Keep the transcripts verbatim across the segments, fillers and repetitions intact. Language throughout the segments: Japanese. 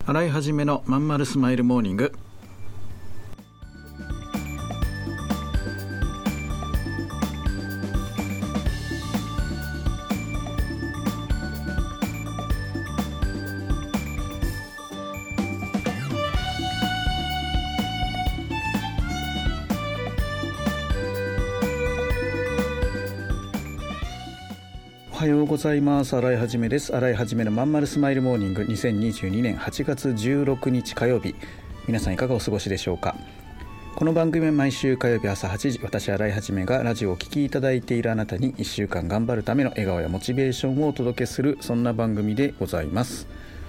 洗い始めのまんまるスマイルモーニング。おはようございます。洗いはじめです。洗いはじめのまんまるスマイルモーニング、にせんにじゅうにねんはちがつじゅうろくにち火曜日、皆さんいかがお過ごしでしょうか。この番組は毎週火曜日朝はちじ、私洗いはじめがラジオをお聞きいただいているあなたにいっしゅうかん頑張るための笑顔やモチベーションをお届けする、そんな番組でございます。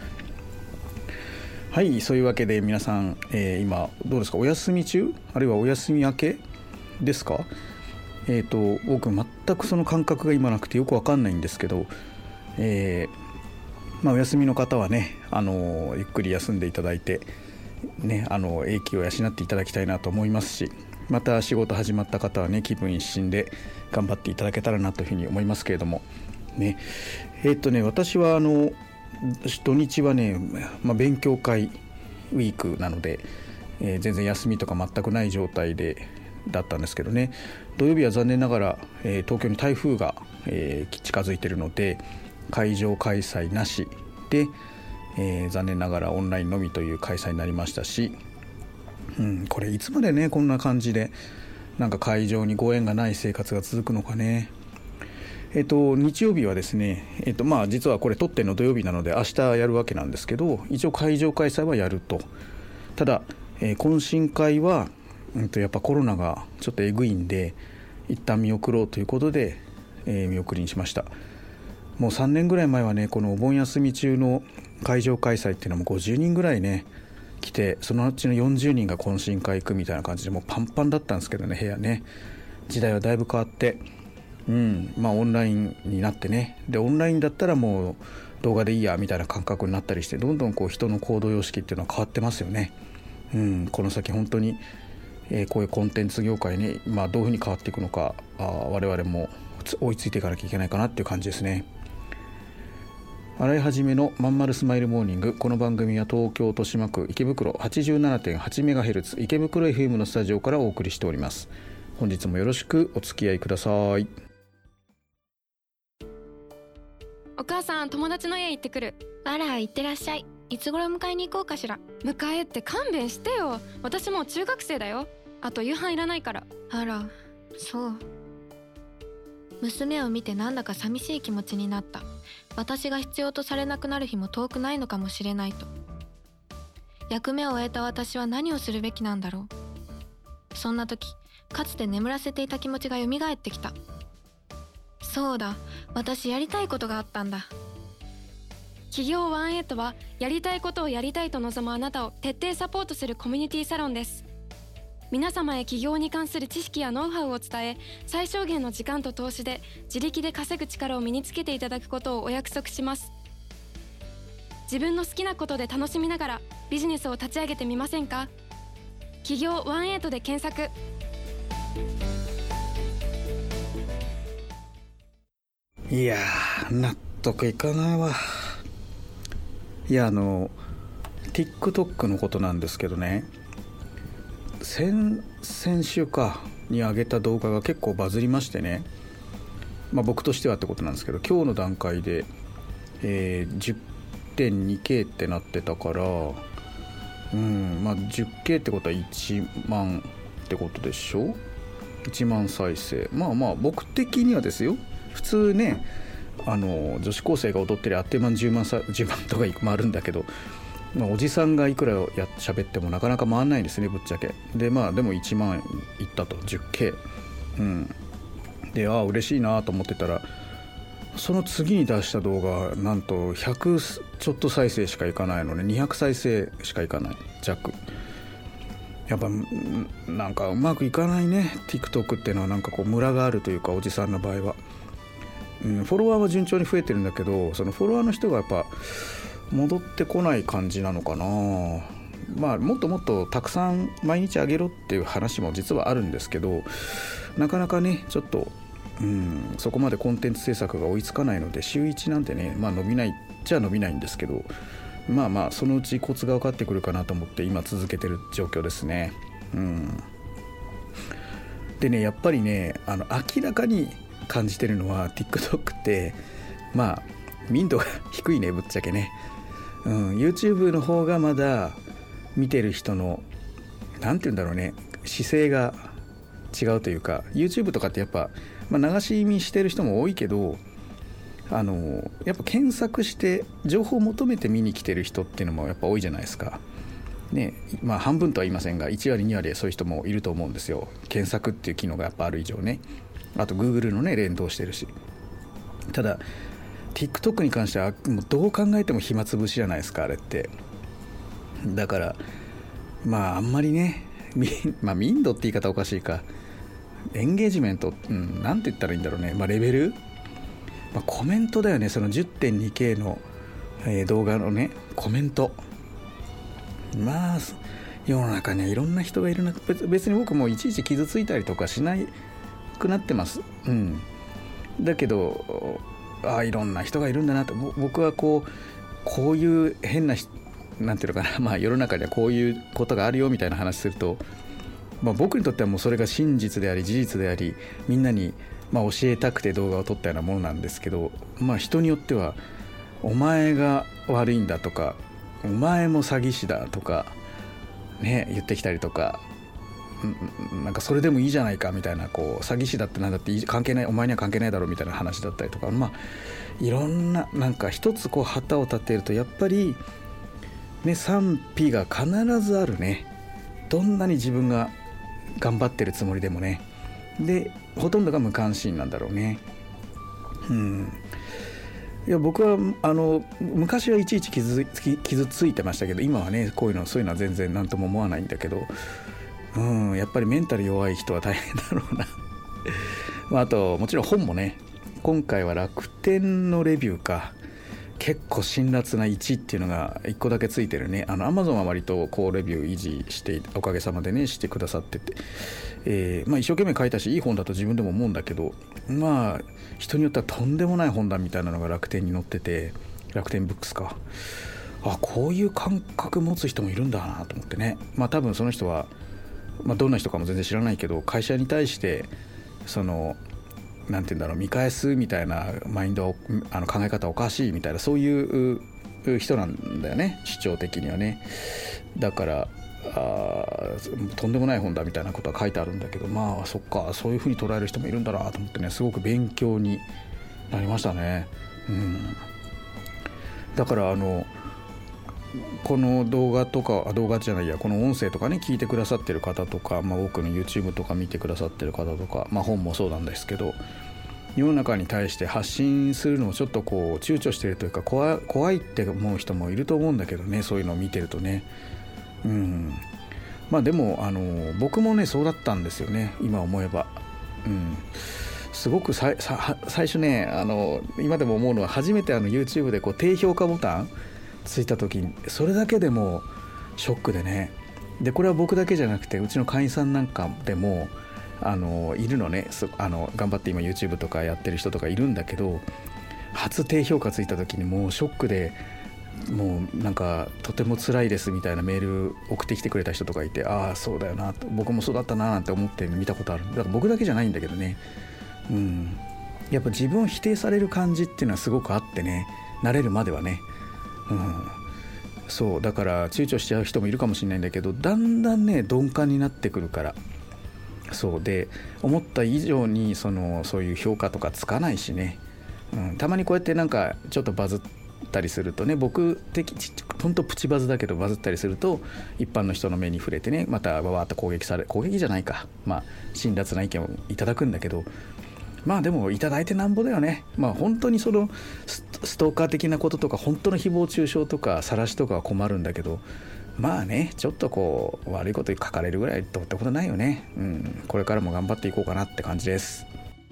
はい、そういうわけで皆さん、えー、今どうですか。お休み中、あるいはお休み明けですか。えーと、僕全くその感覚が今なくてよくわかんないんですけど、えーまあ、お休みの方はね、あのゆっくり休んでいただいて、ね、あの英気を養っていただきたいなと思いますし、また仕事始まった方はね、気分一新で頑張っていただけたらなというふうに思いますけれどもね。えーとね私はあの土日はね、まあ、勉強会ウィークなので、えー、全然休みとか全くない状態でだったんですけどね。土曜日は残念ながら、えー、東京に台風が、えー、近づいているので会場開催なしで、えー、残念ながらオンラインのみという開催になりましたし、うん、これいつまでねこんな感じでなんか会場にご縁がない生活が続くのかね。えっと日曜日はですね、えっとまあ実はこれ撮っての土曜日なので明日やるわけなんですけど、一応会場開催はやると。ただ、えー、懇親会はうんとやっぱコロナがちょっとえぐいんで一旦見送ろうということで、えー、見送りにしました。もうさんねんぐらい前はね、このお盆休み中の会場開催っていうのもごじゅうにんぐらいね来て、そのうちのよんじゅうにんが懇親会行くみたいな感じでもうパンパンだったんですけどね、部屋ね。時代はだいぶ変わって、うんまあオンラインになってね、でオンラインだったらもう動画でいいやみたいな感覚になったりして、どんどんこう人の行動様式っていうのは変わってますよね。うん、この先本当にえー、こういうコンテンツ業界に、まあ、どういうふうに変わっていくのか、あ我々も追いついていかなきゃいけないかなっていう感じですね。洗いはじめのまんまるスマイルモーニング。この番組は東京豊島区池袋 はちじゅうななてんはちメガヘルツ 池袋 エフエム のスタジオからお送りしております。本日もよろしくお付き合いください。 お母さん、友達の家行ってくる。 あら、行ってらっしゃい。いつ頃迎えに行こうかしら。 迎えって勘弁してよ。私もう中学生だよ。あと夕飯いらないから。 あら、そう。娘を見てなんだか寂しい気持ちになった。私が必要とされなくなる日も遠くないのかもしれないと。役目を終えた私は何をするべきなんだろう。そんな時、かつて眠らせていた気持ちが蘇ってきた。そうだ、私やりたいことがあったんだ。 企業ワンエイトはやりたいことをやりたいと望むあなたを徹底サポートするコミュニティサロンです。皆様へ起業に関する知識やノウハウを伝え、最小限の時間と投資で自力で稼ぐ力を身につけていただくことをお約束します。自分の好きなことで楽しみながらビジネスを立ち上げてみませんか。企業ワンエイトで検索。 いやー納得いかないわ。いやあの TikTok のことなんですけどね、先, 先週かに上げた動画が結構バズりましてね、まあ僕としてはってことなんですけど、今日の段階で、えー、じゅってんにケー ってなってたから、うんまあ じゅっケー ってことはいちまんってことでしょ。いちまん再生、まあまあ僕的にはですよ、普通ね、あの女子高生が踊ってりゃあっという間にじゅうまんさじゅうまんとか回るんだけど、まあ、おじさんがいくらや喋ってもなかなか回んないんですね、ぶっちゃけ。でまあでもいちまんいったと じゅっケー、 うんでああ嬉しいなと思ってたら、その次に出した動画なんとひゃくちょっと再生しかいかないのね、にひゃく再生しかいかない弱。やっぱなんかうまくいかないね TikTok っていうのは。なんかこうムラがあるというか、おじさんの場合は、うん、フォロワーは順調に増えてるんだけど、そのフォロワーの人がやっぱ戻ってこない感じなのかな。まあもっともっとたくさん毎日あげろっていう話も実はあるんですけど、なかなかねちょっと、うん、そこまでコンテンツ制作が追いつかないので、週いちなんてね、まあ伸びないじゃ伸びないんですけど、 まあまあそのうちコツが分かってくるかなと思って今続けてる状況ですね。うんでね、やっぱりね、あの明らかに感じてるのは TikTok ってまあ民度が低いね、ぶっちゃけね、うん、YouTube の方がまだ見てる人のなんて言うんだろうね、姿勢が違うというか、 YouTube とかってやっぱ、まあ、流し見してる人も多いけど、あのやっぱ検索して情報を求めて見に来てる人っていうのもやっぱ多いじゃないですかね。まあ半分とは言いませんがいち割に割そういう人もいると思うんですよ。検索っていう機能がやっぱある以上ね。あと Google のね連動してるし。ただ TikTok に関してはもうどう考えても暇つぶしじゃないですか、あれって。だからまああんまりね、まあ民度って言い方おかしいか、エンゲージメント、うん、なんて言ったらいいんだろうね、まあレベル、まあ、コメントだよね。その じゅってんにケー の、えー、動画のねコメント、まあ世の中にはいろんな人がいるな。別、別に僕もいちいち傷ついたりとかしなくなってます、うん、だけどああいろんな人がいるんだなと。僕はこうこういう変ななんていうのかな、まあ世の中にはこういうことがあるよみたいな話すると、まあ、僕にとってはもうそれが真実であり事実であり、みんなにまあ教えたくて動画を撮ったようなものなんですけど、まあ人によってはお前が悪いんだとか、お前も詐欺師だとかね言ってきたりとか、なんかそれでもいいじゃないかみたいな、こう詐欺師だってなんだって関係ない、お前には関係ないだろうみたいな話だったりとか、まあいろんな、なんか一つこう旗を立てるとやっぱりね賛否が必ずあるね。どんなに自分が頑張ってるつもりでもね。でほとんどが無関心なんだろうね。うんいや僕はあの昔はいちいち傷つ、傷ついてましたけど、今はねこういうのそういうのは全然何とも思わないんだけど、うんやっぱりメンタル弱い人は大変だろうなまあ、あともちろん本もね、今回は楽天のレビューか、結構辛辣ないちっていうのがいっこだけついてるね。あの Amazon は割と高レビュー維持しておかげさまでねしてくださってて、えーまあ、一生懸命書いたしいい本だと自分でも思うんだけど、まあ人によってはとんでもない本だみたいなのが楽天に載ってて、楽天ブックスか、あこういう感覚持つ人もいるんだなと思ってね。まあ多分その人は、まあ、どんな人かも全然知らないけど、会社に対してそのなんて言うんだろう、見返すみたいなマインド、あの考え方おかしいみたいな、そういう人なんだよね、主張的にはね。だからあとんでもない本だみたいなことは書いてあるんだけど、まあそっか、そういうふうに捉える人もいるんだなと思ってね、すごく勉強になりましたね。うん、だからあのこの動画とか動画じゃないやこの音声とかね聞いてくださってる方とか、まあ、多くの YouTube とか見てくださってる方とか、まあ、本もそうなんですけど、世の中に対して発信するのをちょっとこう躊躇してるというか、怖い、怖いって思う人もいると思うんだけどね、そういうのを見てるとね。うんまあでもあの僕もねそうだったんですよね、今思えば。うんすごくささ最初ね、あの今でも思うのは、初めてあの YouTube でこう低評価ボタンついた時に、それだけでもショックでね。でこれは僕だけじゃなくて、うちの会員さんなんかでもあのいるのね、あの頑張って今 YouTube とかやってる人とかいるんだけど、初低評価ついた時にもうショックで、もうなんかとても辛いですみたいなメール送ってきてくれた人とかいて、ああそうだよな、僕もそうだったななんて思って見たことある。だから僕だけじゃないんだけどね。うん、やっぱ自分を否定される感じっていうのはすごくあってね、慣れるまではね。うん、そうだから躊躇しちゃう人もいるかもしれないんだけど、だんだんね鈍感になってくるから。そうで思った以上にそのそういう評価とかつかないしね、うん、たまにこうやってなんかちょっとバズったりするとね、僕的ほんとプチバズだけどバズったりすると一般の人の目に触れてね、またわーっと攻撃され、攻撃じゃないか、まあ辛辣な意見をいただくんだけど、まあでもいただいてなんぼだよね。まあ本当にそのストーカー的なこととか本当の誹謗中傷とか晒しとかは困るんだけど、まあねちょっとこう悪いこと書かれるぐらいどうってことないよね。うん、これからも頑張っていこうかなって感じです。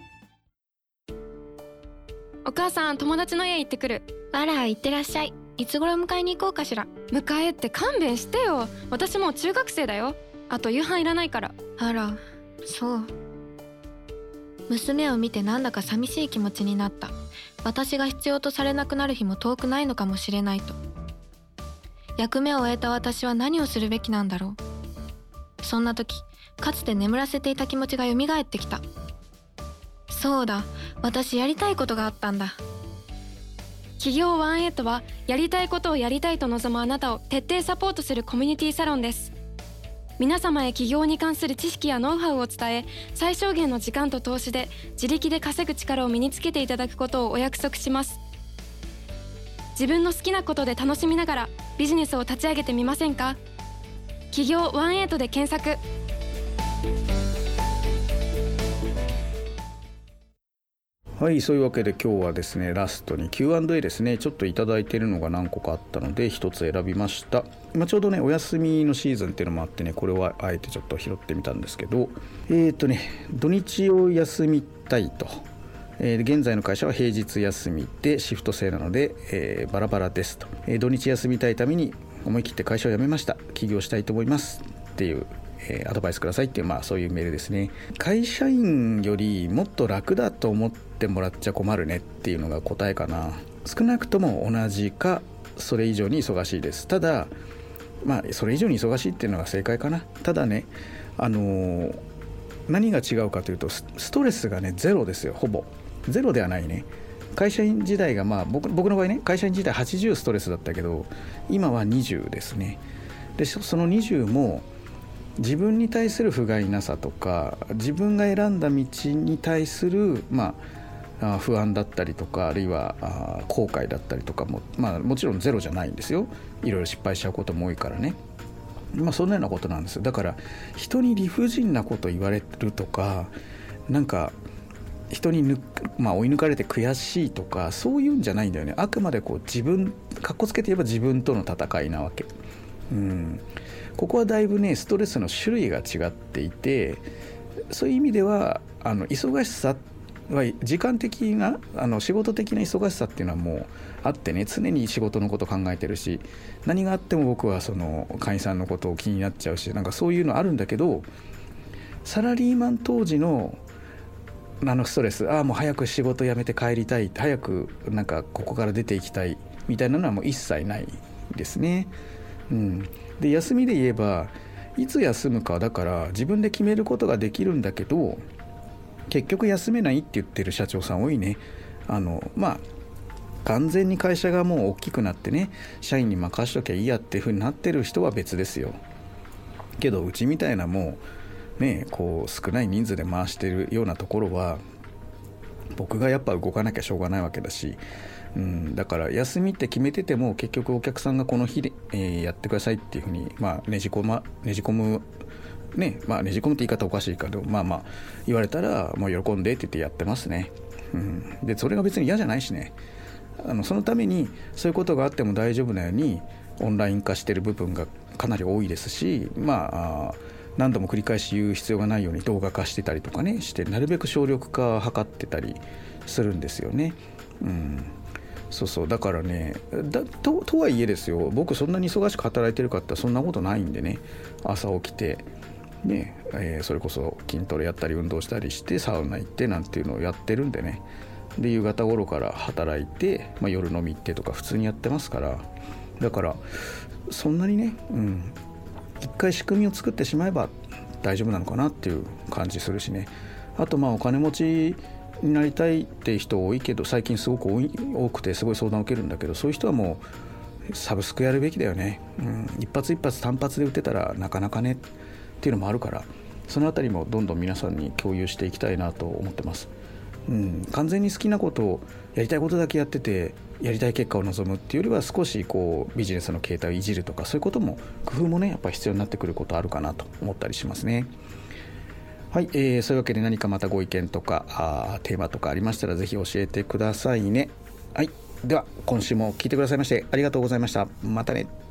お母さん、友達の家行ってくる。 あら行ってらっしゃい。いつ頃迎えに行こうかしら。 迎えって勘弁してよ、私もう中学生だよ。あと夕飯いらないから。 あらそう。娘を見てなんだか寂しい気持ちになった。私が必要とされなくなる日も遠くないのかもしれないと。 役目を終えた私は何をするべきなんだろう。そんな時、かつて眠らせていた気持ちが蘇ってきた。そうだ、私やりたいことがあったんだ。 企業ワンエイトはやりたいことをやりたいと望むあなたを徹底サポートするコミュニティサロンです。皆様へ起業に関する知識やノウハウを伝え、最小限の時間と投資で自力で稼ぐ力を身につけていただくことをお約束します。自分の好きなことで楽しみながらビジネスを立ち上げてみませんか？企業ワンエイトで検索。 はい、そういうわけで今日はですね、ラストに キューアンドエー ですね、ちょっといただいているのが何個かあったので一つ選びました。今ちょうどねお休みのシーズンっていうのもあってね、これはあえてちょっと拾ってみたんですけど、えーとね土日を休みたいと、えー、現在の会社は平日休みでシフト制なので、えー、バラバラですと、えー、土日休みたいために思い切って会社を辞めました、起業したいと思いますっていう、えー、アドバイスくださいっていう、まあそういうメールですね。会社員よりもっと楽だと思ってもらっちゃ困るねっていうのが答えかな。少なくとも同じかそれ以上に忙しいです。ただまあそれ以上に忙しいっていうのが正解かな。ただね、あのー、何が違うかというとストレスがねゼロですよ。ほぼゼロではないね。会社員時代がまあ 僕, 僕の場合ね、会社員時代はちじゅうストレスだったけど今はにじゅうですね。でそのにじゅうも自分に対する不甲斐なさとか自分が選んだ道に対するまあ不安だったりとか、あるいは後悔だったりとかも、まあもちろんゼロじゃないんですよ。いろいろ失敗しちゃうことも多いからね。まあそんなようなことなんですよ。だから人に理不尽なこと言われるとか、なんか人にぬ、まあ、追い抜かれて悔しいとかそういうんじゃないんだよね。あくまでこう自分かっこつけて言えば自分との戦いなわけ。うん、ここはだいぶねストレスの種類が違っていて、そういう意味ではあの忙しさは時間的なあの仕事的な忙しさっていうのはもうあってね、常に仕事のこと考えてるし、何があっても僕はその会員さんのことを気になっちゃうし、なんかそういうのあるんだけど、サラリーマン当時のあのストレス、ああもう早く仕事辞めて帰りたい、早くなんかここから出ていきたいみたいなのはもう一切ないですね。うん、で休みで言えばいつ休むかだから自分で決めることができるんだけど、結局休めないって言ってる社長さん多いね。あのまあ完全に会社がもう大きくなってね、社員に任しときゃいいやっていう風になってる人は別ですよ。けどうちみたいなもうねこう少ない人数で回してるようなところは僕がやっぱ動かなきゃしょうがないわけだし、うん、だから休みって決めてても結局お客さんがこの日で、えー、やってくださいっていうふうに、まあ、ねじ込まねじ込むね、まあねじ込むって言い方おかしいけど、まあまあ言われたらもう喜んでって言ってやってますね。うん、でそれが別に嫌じゃないしね。あのそのためにそういうことがあっても大丈夫なようにオンライン化してる部分がかなり多いですし、まあ何度も繰り返し言う必要がないように動画化してたりとかねして、なるべく省力化を図ってたりするんですよね。うん、そうそう、だからねだ と, とはいえですよ、僕そんなに忙しく働いてるかってそんなことないんでね。朝起きてね、えー、それこそ筋トレやったり運動したりしてサウナ行ってなんていうのをやってるんでね。で夕方頃から働いて、まあ、夜飲み行ってとか普通にやってますから、だからそんなにね、うん、一回仕組みを作ってしまえば大丈夫なのかなっていう感じするしね。あとまあお金持ちになりたいって人多いけど、最近すごく多い多くてすごい相談を受けるんだけど、そういう人はもうサブスクやるべきだよね。うん、一発一発単発で打てたらなかなかねっていうのもあるから、そのあたりもどんどん皆さんに共有していきたいなと思ってます。うん、完全に好きなことをやりたいことだけやっててやりたい結果を望むっていうよりは、少しこうビジネスの形態をいじるとか、そういうことも工夫もねやっぱり必要になってくることあるかなと思ったりしますね。はい、えー、そういうわけで何かまたご意見とかあテーマとかありましたらぜひ教えてくださいね。はい、では今週も聞いてくださいましてありがとうございました。またね。